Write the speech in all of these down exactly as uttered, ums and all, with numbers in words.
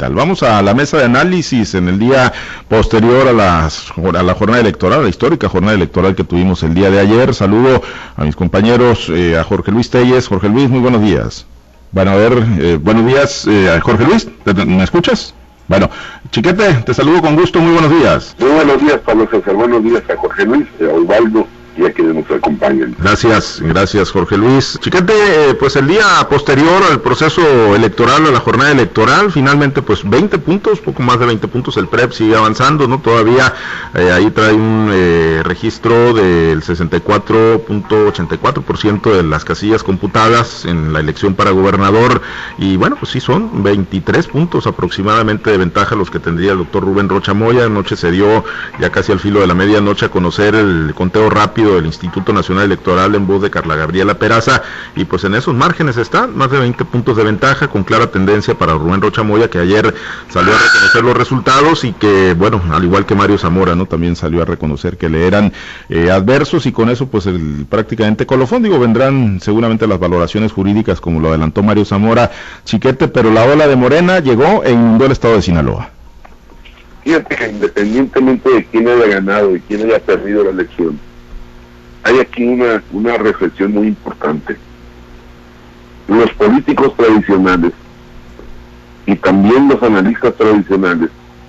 local. Vamos a la mesa de análisis en el día posterior a, las, a la jornada electoral, a la histórica jornada electoral que tuvimos el día de ayer. Saludo a mis compañeros, eh, a Jorge Luis Telles. Jorge Luis, muy buenos días. Bueno, a ver, eh, buenos días, eh, Jorge Luis, ¿me escuchas? Bueno, Chiquete, te saludo con gusto, muy buenos días. Muy buenos días, Pablo César, buenos días a Jorge Luis, a Osvaldo y a quienes nos acompañan. Gracias, gracias Jorge Luis. Chiquete, pues el día posterior al proceso electoral, a la jornada electoral, finalmente pues veinte puntos, poco más de veinte puntos, el P R E P sigue avanzando, ¿no? Todavía eh, ahí trae un eh, registro del sesenta y cuatro punto ochenta y cuatro por ciento de las casillas computadas en la elección para gobernador, y bueno, pues sí son veintitrés puntos aproximadamente de ventaja los que tendría el doctor Rubén Rocha Moya. Anoche se dio ya casi al filo de la medianoche a conocer el conteo rápido del Instituto Nacional Electoral en voz de Carla Gabriela Peraza, y pues en esos márgenes están más de veinte puntos de ventaja, con clara tendencia para Rubén Rocha Moya, que ayer salió a reconocer los resultados y que, bueno, al igual que Mario Zamora, ¿no? También salió a reconocer que le eran eh, adversos, y con eso pues el prácticamente colofón. Digo, vendrán seguramente las valoraciones jurídicas como lo adelantó Mario Zamora, Chiquete, pero la ola de Morena llegó e inundó el estado de Sinaloa. Fíjate que independientemente de quién haya ganado y quién haya perdido la elección, hay aquí una, una reflexión muy importante. Los políticos tradicionales y también los analistas tradicionales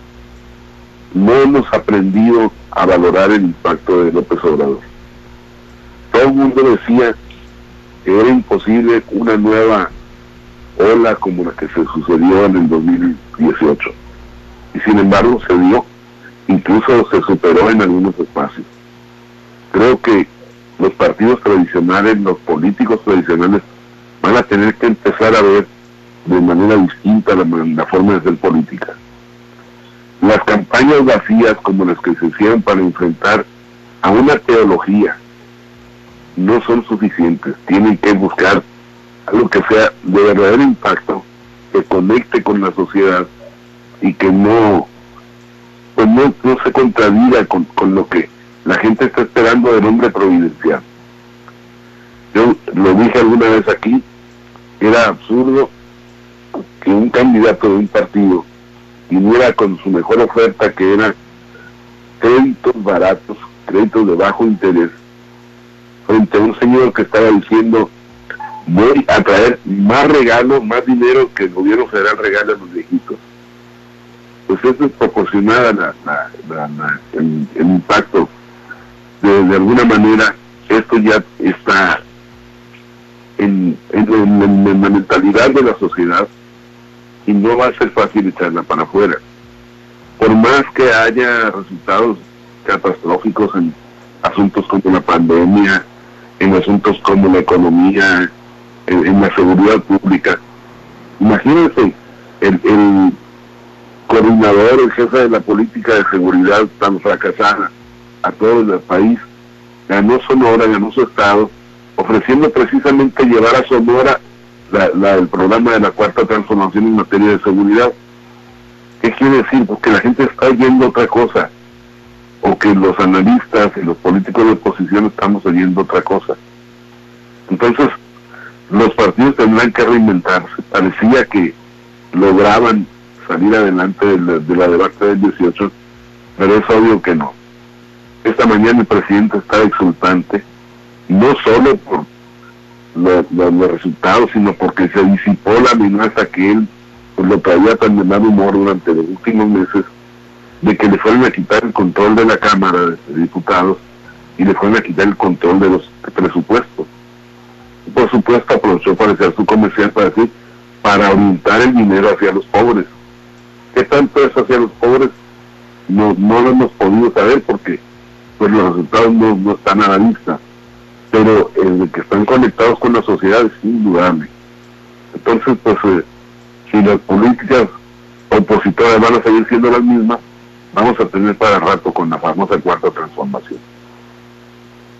no hemos aprendido a valorar el impacto de López Obrador. Todo el mundo decía que era imposible una nueva ola como la que se sucedió en el dos mil dieciocho. Y sin embargo se dio, incluso se superó en algunos espacios. Creo que los partidos tradicionales, los políticos tradicionales van a tener que empezar a ver de manera distinta la, la forma de hacer política. Las campañas vacías como las que se hicieron para enfrentar a una teología no son suficientes. Tienen que buscar algo que sea de verdadero impacto, que conecte con la sociedad y que no, pues no, no se contradiga con, con lo que la gente está esperando del hombre providencial. Yo lo dije alguna vez aquí, era absurdo que un candidato de un partido viniera con su mejor oferta, que era créditos baratos, créditos de bajo interés, frente a un señor que estaba diciendo voy a traer más regalos, más dinero que el gobierno federal regala a los viejitos. Pues eso es proporcionar a la, la, la, la, el, el impacto. De, de alguna manera esto ya está en, en, en, en la mentalidad de la sociedad y no va a ser fácil echarla para afuera. Por más que haya resultados catastróficos en asuntos como la pandemia, en asuntos como la economía, en, en la seguridad pública, imagínense el, el coordinador, el jefe de la política de seguridad tan fracasada a todo el país, ganó Sonora, ganó su estado, ofreciendo precisamente llevar a Sonora la, la, el programa de la cuarta transformación en materia de seguridad. ¿Qué quiere decir? Porque la gente está oyendo otra cosa, o que los analistas y los políticos de oposición estamos oyendo otra cosa. Entonces, los partidos tendrán que reinventarse. Parecía que lograban salir adelante de la, de la debate del dieciocho, pero es obvio que no. Esta mañana el presidente estaba exultante, no solo por lo, lo, los resultados, sino porque se disipó la amenaza que él pues, lo traía tan de mal humor durante los últimos meses, de que le fueran a quitar el control de la Cámara de Diputados y le fueran a quitar el control de los presupuestos. Y por supuesto aprovechó para hacer su comercial para decir, para orientar el dinero hacia los pobres. ¿Qué tanto es hacia los pobres? No, no lo hemos podido saber porque pues los resultados no, no están a la vista, pero el que están conectados con la sociedad es indudable. Entonces, pues, eh, si las políticas opositoras van a seguir siendo las mismas, vamos a tener para rato con la famosa cuarta transformación.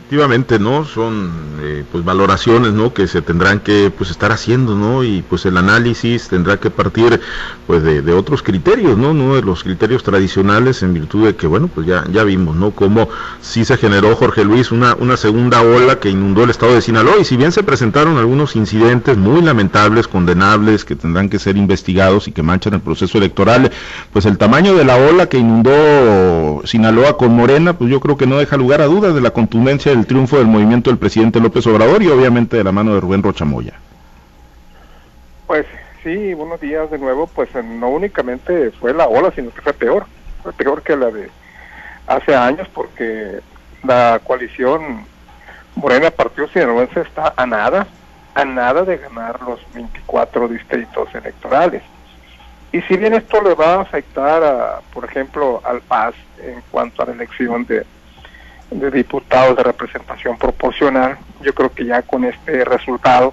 Efectivamente, ¿no? Son eh, pues valoraciones, ¿no? Que se tendrán que pues estar haciendo, ¿no? Y pues el análisis tendrá que partir pues de, de otros criterios, ¿no? No de los criterios tradicionales, en virtud de que, bueno, pues ya ya vimos, ¿no? Cómo sí se generó, Jorge Luis, una una segunda ola que inundó el estado de Sinaloa, y si bien se presentaron algunos incidentes muy lamentables, condenables, que tendrán que ser investigados y que manchan el proceso electoral, pues el tamaño de la ola que inundó Sinaloa con Morena, pues yo creo que no deja lugar a dudas de la contundencia del triunfo del movimiento del presidente López Obrador y obviamente de la mano de Rubén Rocha Moya. Pues sí, buenos días de nuevo. Pues no únicamente fue la ola, sino que fue peor, fue peor que la de hace años, porque la coalición Morena Partido Sinaloense está a nada, a nada de ganar los veinticuatro distritos electorales. Y si bien esto le va a afectar, a, por ejemplo, al P A S en cuanto a la elección de de diputados de representación proporcional, yo creo que ya con este resultado,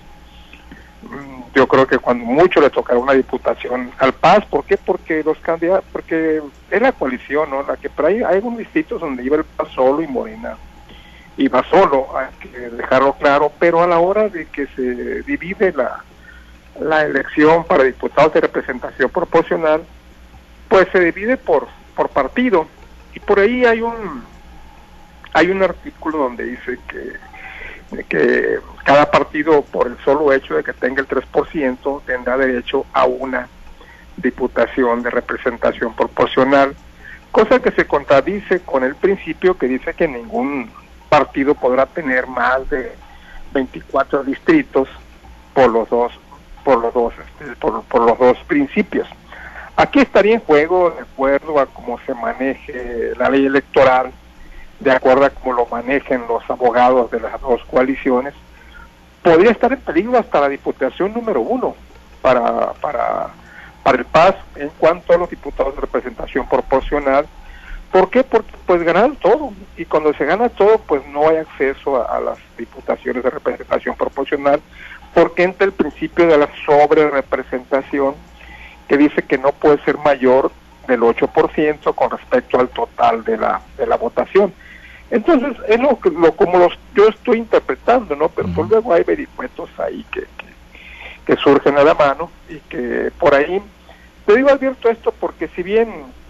yo creo que cuando mucho le tocará una diputación al P A S. ¿Por qué? Porque los candidatos, porque es la coalición, ¿no? La que por ahí hay algunos distritos donde iba el P A S solo y Morena iba solo, hay que dejarlo claro, pero a la hora de que se divide la, la elección para diputados de representación proporcional, pues se divide por, por partido, y por ahí hay un Hay un artículo donde dice que, que cada partido, por el solo hecho de que tenga el tres por ciento, tendrá derecho a una diputación de representación proporcional, cosa que se contradice con el principio que dice que ningún partido podrá tener más de veinticuatro distritos por los dos, por los dos, este, por, por los dos principios. Aquí estaría en juego, de acuerdo a cómo se maneje la ley electoral, de acuerdo a cómo lo manejen los abogados de las dos coaliciones, podría estar en peligro hasta la diputación número uno para, para, para el P A S en cuanto a los diputados de representación proporcional. ¿Por qué? Porque pues ganan todo, y cuando se gana todo, pues no hay acceso a, a las diputaciones de representación proporcional, porque entra el principio de la sobrerepresentación, que dice que no puede ser mayor del ocho por ciento con respecto al total de la de la votación. Entonces, es lo, lo como los, yo estoy interpretando, ¿no? Pero pues luego hay vericuetos ahí que, que, que surgen a la mano, y que por ahí, te digo, advierto esto porque si bien,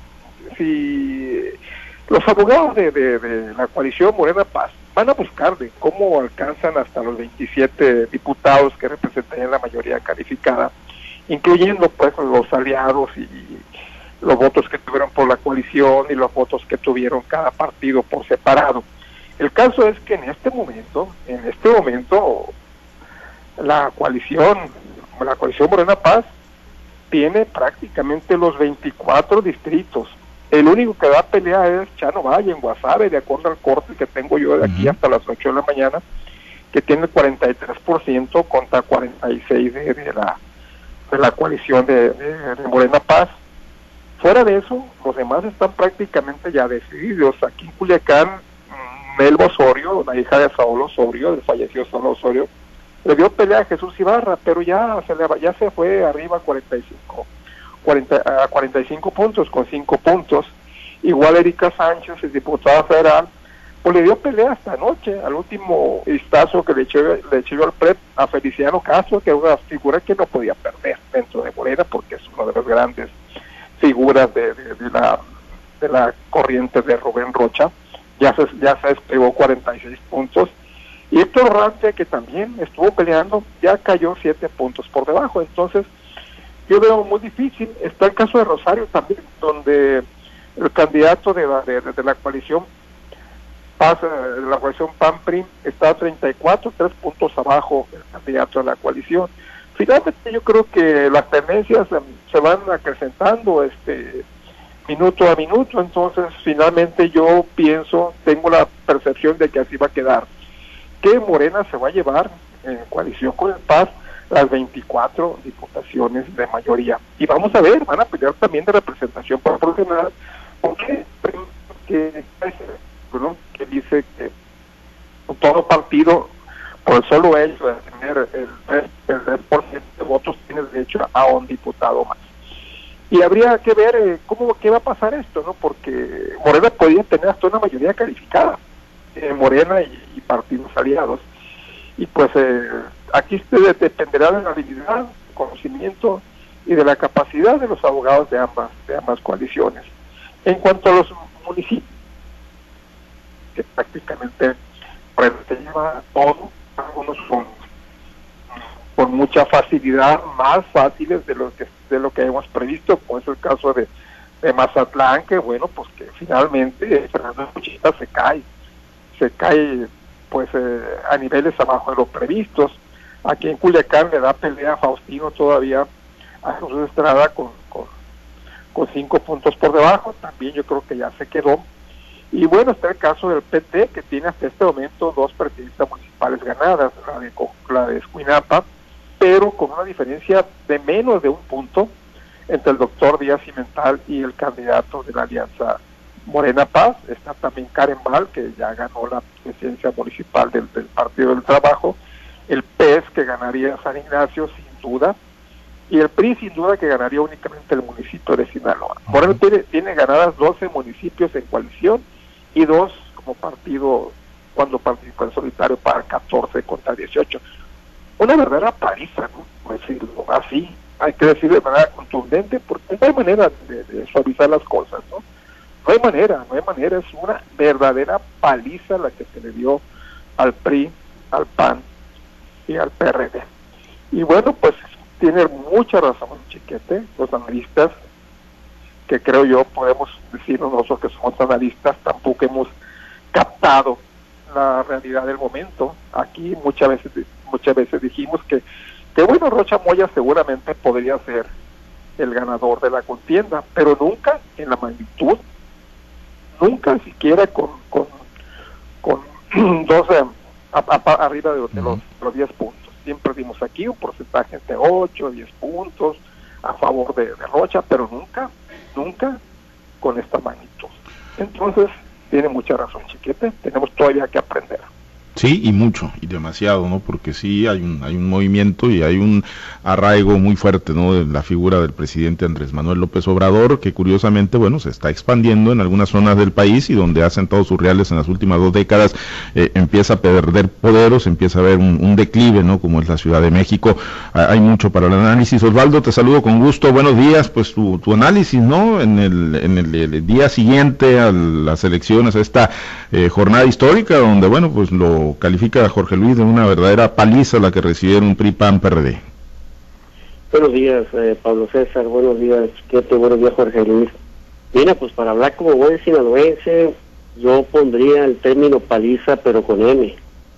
si los abogados de, de, de la coalición Morena P A S van a buscar de cómo alcanzan hasta los veintisiete diputados que representarían la mayoría calificada, incluyendo pues los aliados y los votos que tuvieron por la coalición y los votos que tuvieron cada partido por separado. El caso es que en este momento, en este momento, la coalición, la coalición Morena P A S tiene prácticamente los veinticuatro distritos. El único que da pelea es Chano Valle en Guasave, de acuerdo al corte que tengo yo de aquí uh-huh. hasta las ocho de la mañana, que tiene el cuarenta y tres por ciento contra cuarenta y seis por ciento de, de, la, de la coalición de, de, de Morena P A S. Fuera de eso, los demás están prácticamente ya decididos. Aquí en Culiacán, Melba Osorio, la hija de Saúl Osorio, del fallecido Saúl Osorio, le dio pelea a Jesús Ibarra, pero ya se, le, ya se fue arriba a cuarenta y cinco, cuarenta, a cuarenta y cinco puntos, con cinco puntos. Igual Erika Sánchez, el diputada federal, pues le dio pelea esta noche, al último vistazo que le echó, le echó al P R E P a Feliciano Castro, que es una figura que no podía perder dentro de Morena, porque es uno de los grandes figuras de, de, de la de la corriente de Rubén Rocha. Ya se ya se despegó cuarenta y seis puntos, y Héctor Rante, que también estuvo peleando, ya cayó siete puntos por debajo. Entonces yo veo muy difícil. Está el caso de Rosario también, donde el candidato de la, de, de la coalición pasa, de la coalición P A N P R I está a treinta y cuatro, tres puntos abajo el candidato de la coalición. Finalmente yo creo que las tendencias um, se van acrecentando este minuto a minuto. Entonces finalmente yo pienso, tengo la percepción de que así va a quedar, que Morena se va a llevar en coalición con el P A S las veinticuatro diputaciones de mayoría, y vamos a ver, van a pelear también de representación proporcional, porque que, que dice que todo partido, por el solo hecho de tener el tres por ciento de votos, tiene derecho a un diputado más. Y habría que ver eh, cómo qué va a pasar esto, ¿no? Porque Morena podría tener hasta una mayoría calificada, eh, Morena y, y partidos aliados. Y pues eh, aquí se dependerá de la habilidad, conocimiento y de la capacidad de los abogados de ambas, de ambas coaliciones. En cuanto a los municipios, que prácticamente pues, se lleva todo, algunos con, con mucha facilidad, más fáciles de lo que de lo que hemos previsto, como es el caso de, de Mazatlán, que bueno, pues que finalmente Fernando Cuchita se cae, se cae pues eh, a niveles abajo de los previstos. Aquí en Culiacán le da pelea a Faustino todavía a Jesús Estrada con, con, con cinco puntos por debajo, también yo creo que ya se quedó. Y bueno, está el caso del P T, que tiene hasta este momento dos presidencias municipales ganadas, la de, la de Escuinapa, pero con una diferencia de menos de un punto entre el doctor Díaz Cimental y el candidato de la Alianza Morena Paz. Está también Karen Val, que ya ganó la presidencia municipal del, del Partido del Trabajo, el P E S, que ganaría San Ignacio sin duda, y el P R I sin duda que ganaría únicamente el municipio de Sinaloa. Morena uh-huh. tiene, tiene ganadas doce municipios en coalición y dos como partido cuando participó en solitario para catorce contra dieciocho. Una verdadera paliza, ¿no? Por decirlo así, hay que decirlo de manera contundente, porque no hay manera de, de suavizar las cosas, ¿no? No hay manera, no hay manera, es una verdadera paliza la que se le dio al P R I, al P A N y al P R D. Y bueno, pues tiene mucha razón Chiquete, los analistas, que creo yo podemos decir nosotros que somos analistas, tampoco hemos captado la realidad del momento. Aquí muchas veces muchas veces dijimos que, que bueno, Rocha Moya seguramente podría ser el ganador de la contienda, pero nunca en la magnitud, nunca siquiera con con, con doce a, a, arriba de, de los, los diez puntos. Siempre dimos aquí un porcentaje entre ocho, diez puntos a favor de, de Rocha, pero nunca, nunca con esta magnitud. Entonces, tiene mucha razón Chiquete, tenemos todavía que aprender. Sí, y mucho, y demasiado, ¿no? Porque sí hay un hay un movimiento y hay un arraigo muy fuerte, ¿no? De la figura del presidente Andrés Manuel López Obrador, que curiosamente, bueno, se está expandiendo en algunas zonas del país y donde ha sentado sus reales en las últimas dos décadas, eh, empieza a perder poder o se empieza a ver un, un declive, ¿no? Como es la Ciudad de México. Ah, hay mucho para el análisis. Osvaldo, te saludo con gusto. Buenos días, pues tu, tu análisis, ¿no? En el, en el, el día siguiente a las elecciones, a esta eh, jornada histórica, donde, bueno, pues lo califica a Jorge Luis de una verdadera paliza la que recibieron P R I, P A N, P R D. Buenos días, eh, Pablo César, buenos días, Chiquete, buenos días, Jorge Luis. Mira, pues para hablar como buen sinaloense, yo pondría el término paliza, pero con M.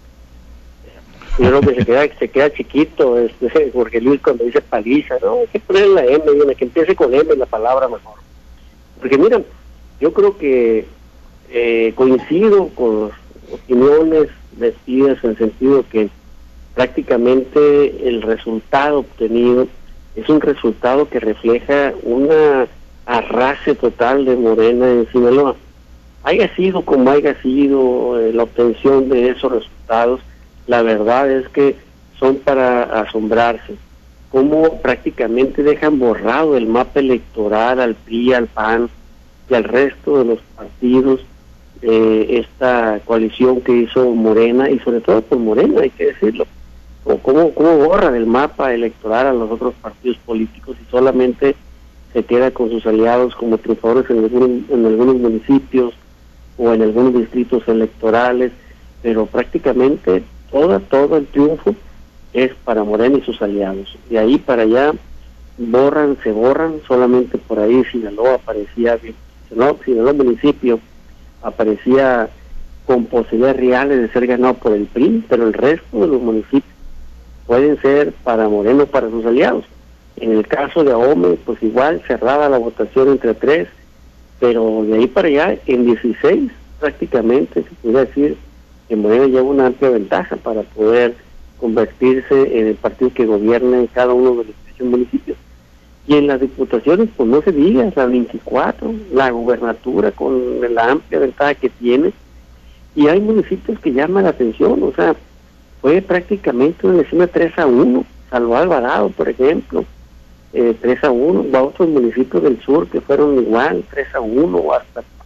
Yo creo que se queda, se queda chiquito este, Jorge Luis cuando dice paliza, ¿no? Hay que poner la M, viene, que empiece con M la palabra mejor. Porque mira, yo creo que eh, coincido con las opiniones vestidas en el sentido que prácticamente el resultado obtenido es un resultado que refleja una arrase total de Morena en Sinaloa. Haya sido como haya sido eh, la obtención de esos resultados, la verdad es que son para asombrarse. Cómo prácticamente dejan borrado el mapa electoral al P R I, al P A N y al resto de los partidos, eh, esta coalición que hizo Morena, y sobre todo por Morena, hay que decirlo. Cómo, cómo borra del mapa electoral a los otros partidos políticos y solamente se queda con sus aliados como triunfadores en algunos, en algunos municipios o en algunos distritos electorales, pero prácticamente toda, todo el triunfo es para Morena y sus aliados. De ahí para allá borran, se borran, solamente por ahí Sinaloa aparecía, Sinaloa, Sinaloa municipio aparecía con posibilidades reales de ser ganado por el P R I, pero el resto de los municipios pueden ser para Moreno, para sus aliados. En el caso de Ahome, pues igual cerrada la votación entre tres, pero de ahí para allá, en dieciséis prácticamente se puede decir que Morena lleva una amplia ventaja para poder convertirse en el partido que gobierne en cada uno de los dieciocho municipios. Y en las diputaciones, pues no se diga, la veinticuatro, la gubernatura con la amplia ventaja que tiene, y hay municipios que llaman la atención, o sea, fue prácticamente una elección de tres a uno, salvo Alvarado, por ejemplo, eh, tres a uno, va a otros municipios del sur que fueron igual, tres a uno, o hasta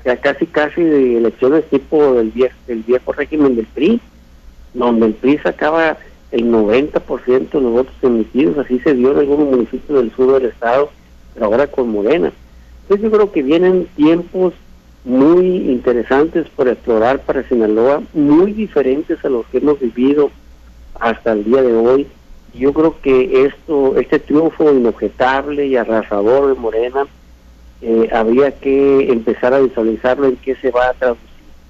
sea, casi casi de elecciones tipo del viejo, del viejo régimen del P R I, donde el P R I sacaba el noventa por ciento de los votos emitidos. Así se dio en algunos municipios del sur del estado, pero ahora con Morena. Entonces yo creo que vienen tiempos muy interesantes por explorar para Sinaloa, muy diferentes a los que hemos vivido hasta el día de hoy. Yo creo que esto, este triunfo inobjetable y arrasador de Morena, eh, habría que empezar a visualizarlo en qué se va a traducir.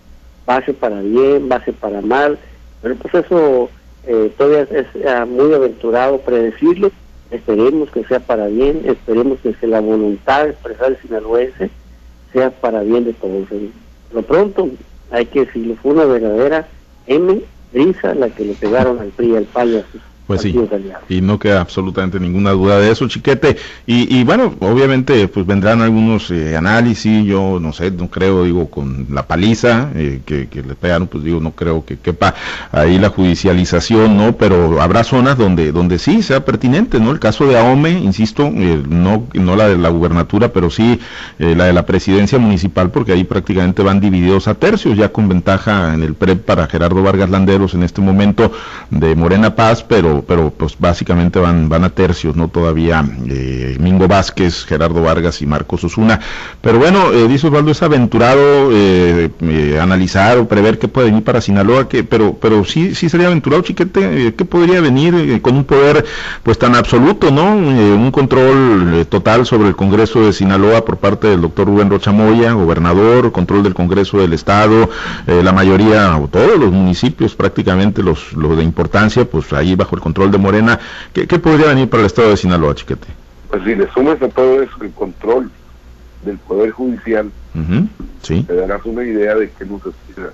Va a ser para bien, va a ser para mal, pero pues eso eh, todavía es eh, muy aventurado predecirlo. Esperemos que sea para bien, esperemos que sea la voluntad de expresar el sinaloense sea para bien de todos. Por lo pronto, hay que decirlo, fue una verdadera M, brisa la que le pegaron al P R I, al P A N y a sus Pues sí, aliados. y no queda absolutamente ninguna duda de eso, Chiquete. Y, y bueno, obviamente, pues vendrán algunos eh, análisis, yo no sé, no creo, digo, con la paliza eh, que, que le pegaron, pues digo, no creo que quepa ahí la judicialización, ¿no? Pero habrá zonas donde donde sí sea pertinente, ¿no? El caso de Ahome, insisto, eh, no no la de la gubernatura, pero sí eh, la de la presidencia municipal, porque ahí prácticamente van divididos a tercios, ya con ventaja en el P R E P para Gerardo Vargas Landeros en este momento de Morena Paz, pero pero pues básicamente van van a tercios, no todavía eh, Mingo Vázquez, Gerardo Vargas y Marcos Osuna. Pero bueno, eh, dice Osvaldo, es aventurado eh, eh, analizar o prever qué puede venir para Sinaloa, que pero pero sí sí sería aventurado, Chiquete, eh, qué podría venir eh, con un poder pues tan absoluto, ¿no? Eh, un control eh, total sobre el Congreso de Sinaloa por parte del doctor Rubén Rocha Moya, gobernador, control del Congreso del Estado, eh, la mayoría o todos los municipios prácticamente los los de importancia, pues ahí bajo el control de Morena. ¿Qué, qué podría venir para el estado de Sinaloa, Chiquete? Pues si le sumas a todo eso el control del Poder Judicial, uh-huh. Sí. te darás una idea de qué nos espera.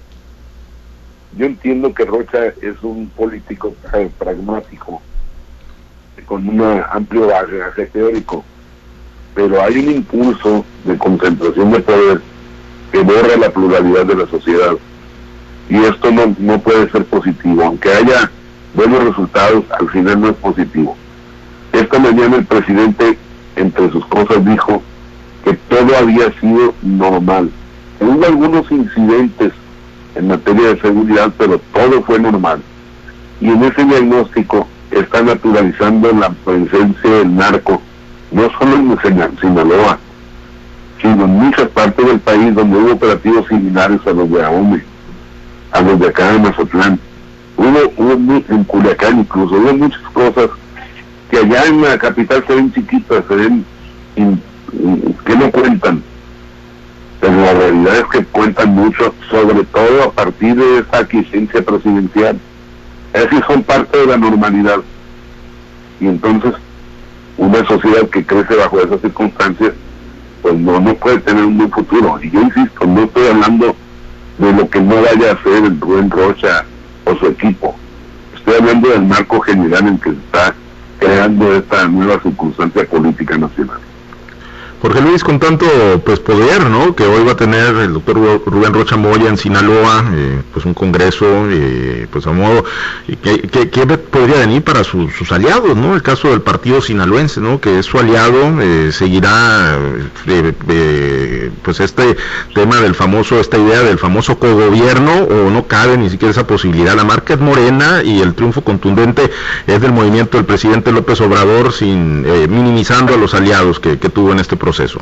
Yo entiendo que Rocha es un político pragmático, con un amplio bagaje teórico, pero hay un impulso de concentración de poder que borra la pluralidad de la sociedad, y esto no, no puede ser positivo, aunque haya buenos resultados, al final no es positivo. Esta mañana el presidente, entre sus cosas, dijo que todo había sido normal. Hubo algunos incidentes en materia de seguridad, pero todo fue normal. Y en ese diagnóstico está naturalizando la presencia del narco, no solo en Sinaloa, sino en muchas partes del país donde hubo operativos similares a los de Ahome, a los de acá de Mazatlán. Hubo, hubo en Culiacán incluso, hubo muchas cosas que allá en la capital se ven chiquitas, se ven in, in, que no cuentan, pero la realidad es que cuentan mucho, sobre todo a partir de esta aquiescencia presidencial. Esas son parte de la normalidad, y entonces una sociedad que crece bajo esas circunstancias pues no, no puede tener un buen futuro. Y yo insisto, no estoy hablando de lo que no vaya a hacer el Rubén Rocha o su equipo. Estoy hablando del marco general en que se está creando esta nueva circunstancia política nacional. Jorge Luis, con tanto pues poder, ¿no?, que hoy va a tener el doctor Rubén Rocha Moya en Sinaloa, eh, pues un congreso, eh, pues a modo, ¿qué, qué, qué podría venir para su, sus aliados, ¿no? El caso del partido sinaloense, ¿no?, que es su aliado, eh, seguirá eh, eh, pues este tema del famoso, esta idea del famoso cogobierno, o no cabe ni siquiera esa posibilidad. La marca es Morena y el triunfo contundente es del movimiento del presidente López Obrador, sin eh, minimizando a los aliados que, que tuvo en este proceso. proceso.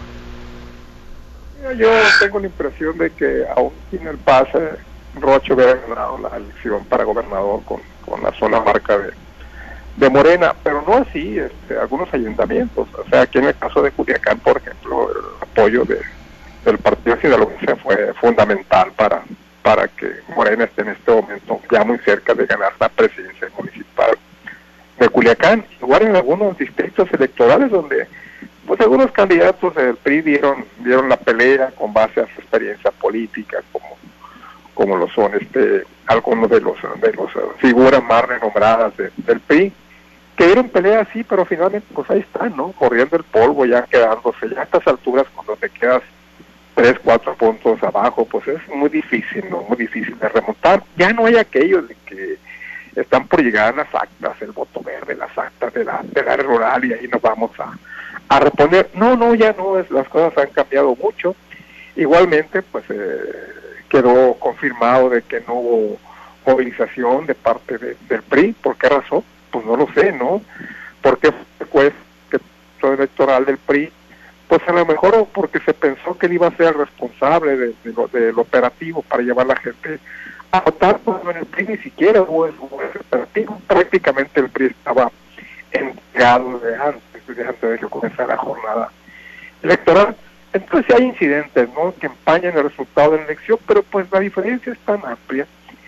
Yo tengo la impresión de que aún sin el pase, Rocha hubiera ganado la elección para gobernador con, con la sola marca de, de Morena, pero no así este, algunos ayuntamientos. O sea, aquí en el caso de Culiacán, por ejemplo, el apoyo de, del partido sinaloense fue fundamental para, para que Morena esté en este momento ya muy cerca de ganar la presidencia municipal de Culiacán. Igual en algunos distritos electorales donde pues algunos candidatos del P R I dieron, dieron la pelea con base a su experiencia política, como, como lo son este algunos de los de los uh, figuras más renombradas de, del P R I, que dieron pelea sí, pero finalmente pues ahí están, ¿no?, corriendo el polvo, ya quedándose, ya a estas alturas cuando te quedas tres, cuatro puntos abajo, pues es muy difícil, ¿no?, muy difícil de remontar. Ya no hay aquello de que están por llegar las actas, el voto verde, las actas de la, de la rural, y ahí nos vamos a a reponer. No, no, ya no, es, las cosas han cambiado mucho. Igualmente, pues eh, quedó confirmado de que no hubo movilización de parte de, del P R I. ¿Por qué razón? Pues no lo sé, ¿no? Porque pues que el electoral del P R I, pues a lo mejor porque se pensó que él iba a ser el responsable de, de lo, del operativo para llevar a la gente a votar, pues en el P R I ni siquiera hubo ese operativo. Prácticamente el P R I estaba entregado de antes, de antes de que comenzara la jornada electoral. Entonces sí hay incidentes, ¿no?, que empañan el resultado de la elección, pero pues la diferencia es tan amplia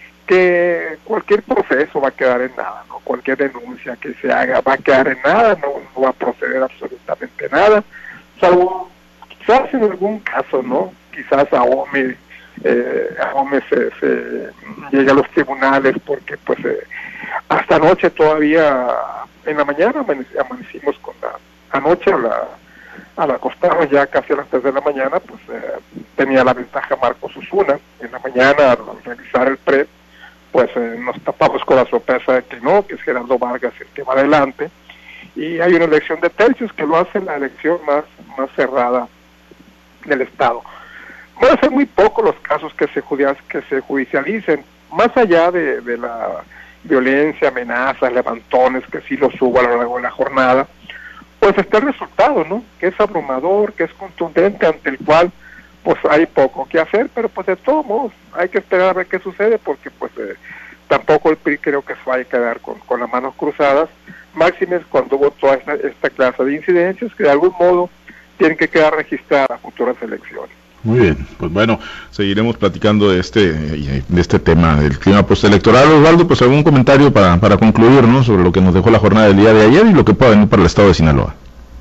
que cualquier proceso va a quedar en nada, ¿no? Cualquier denuncia que se haga va a quedar en nada, no, no va a proceder absolutamente nada, salvo quizás en algún caso, ¿no? Quizás a O M E, eh, a O M E se, se llegue a los tribunales porque pues eh, hasta anoche todavía, en la mañana amanec- amanecimos con la, anoche a la, al acostarnos ya casi a las tres de la mañana, pues eh, tenía la ventaja Marcos Osuna. En la mañana, al revisar el P R E P, pues eh, nos tapamos con la sorpresa de que no, que es Gerardo Vargas el que va adelante, y hay una elección de tercios que lo hace la elección más, más cerrada del Estado. Van a ser muy pocos los casos que se, judici- que se judicialicen, más allá de, de la violencia, amenazas, levantones, que sí los hubo a lo largo de la jornada, pues está el resultado, ¿no?, que es abrumador, que es contundente, ante el cual pues hay poco que hacer, pero pues de todos modos hay que esperar a ver qué sucede, porque pues eh, tampoco el P R I creo que se vaya a quedar con, con las manos cruzadas, máximes cuando hubo toda esta, esta clase de incidencias que de algún modo tienen que quedar registradas a futuras elecciones. Muy bien, pues bueno, seguiremos platicando de este de este tema del clima postelectoral. Osvaldo, pues algún comentario para, para concluir, ¿no?, sobre lo que nos dejó la jornada del día de ayer y lo que pueda venir para el estado de Sinaloa.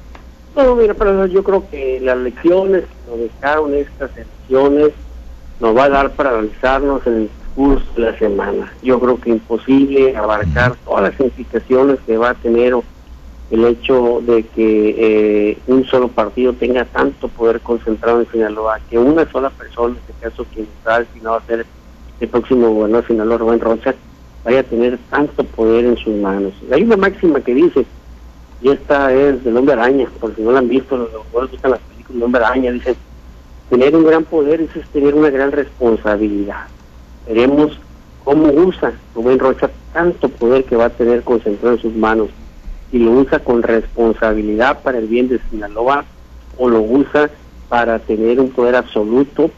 No, mira, pero yo creo que las lecciones que nos dejaron estas elecciones nos va a dar para analizarnos en el curso de la semana. Yo creo que imposible abarcar todas las implicaciones que va a tener el hecho de que eh, un solo partido tenga tanto poder concentrado en Sinaloa, que una sola persona, en este caso quien está destinado a ser el próximo gobernador de Sinaloa, Rubén Rocha, vaya a tener tanto poder en sus manos. Hay una máxima que dice, y esta es del Hombre Araña, por si no la han visto, los que les gustan las películas del Hombre Araña, dice, tener un gran poder es tener una gran responsabilidad. Veremos cómo usa Rubén Rocha tanto poder que va a tener concentrado en sus manos, si lo usa con responsabilidad para el bien de Sinaloa o lo usa para tener un poder absoluto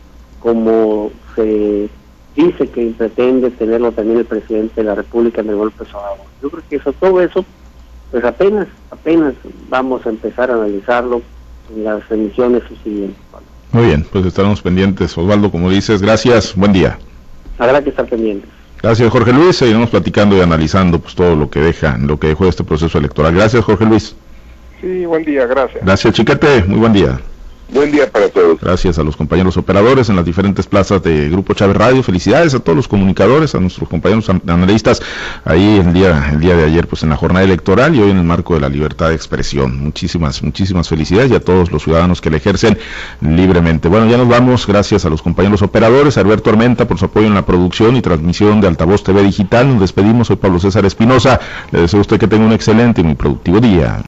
como se dice que pretende tenerlo también el presidente de la República, Andrés Manuel López Obrador. Yo creo que eso, todo eso, pues apenas, apenas vamos a empezar a analizarlo en las emisiones subsiguientes. Muy bien, pues estaremos pendientes, Osvaldo, como dices, gracias, buen día. Habrá que estar pendientes. Gracias, Jorge Luis, seguiremos platicando y analizando pues todo lo que deja, lo que dejó este proceso electoral. Gracias, Jorge Luis. Sí, buen día, gracias. Gracias, Chiquete, muy buen día. Buen día para todos. Gracias a los compañeros operadores en las diferentes plazas de Grupo Chávez Radio. Felicidades a todos los comunicadores, a nuestros compañeros analistas ahí el día el día de ayer pues en la jornada electoral y hoy en el marco de la libertad de expresión. Muchísimas, muchísimas felicidades y a todos los ciudadanos que la ejercen libremente. Bueno, ya nos vamos. Gracias a los compañeros operadores, a Alberto Armenta por su apoyo en la producción y transmisión de Altavoz T V Digital. Nos despedimos. Soy Pablo César Espinosa. Le deseo a usted que tenga un excelente y muy productivo día.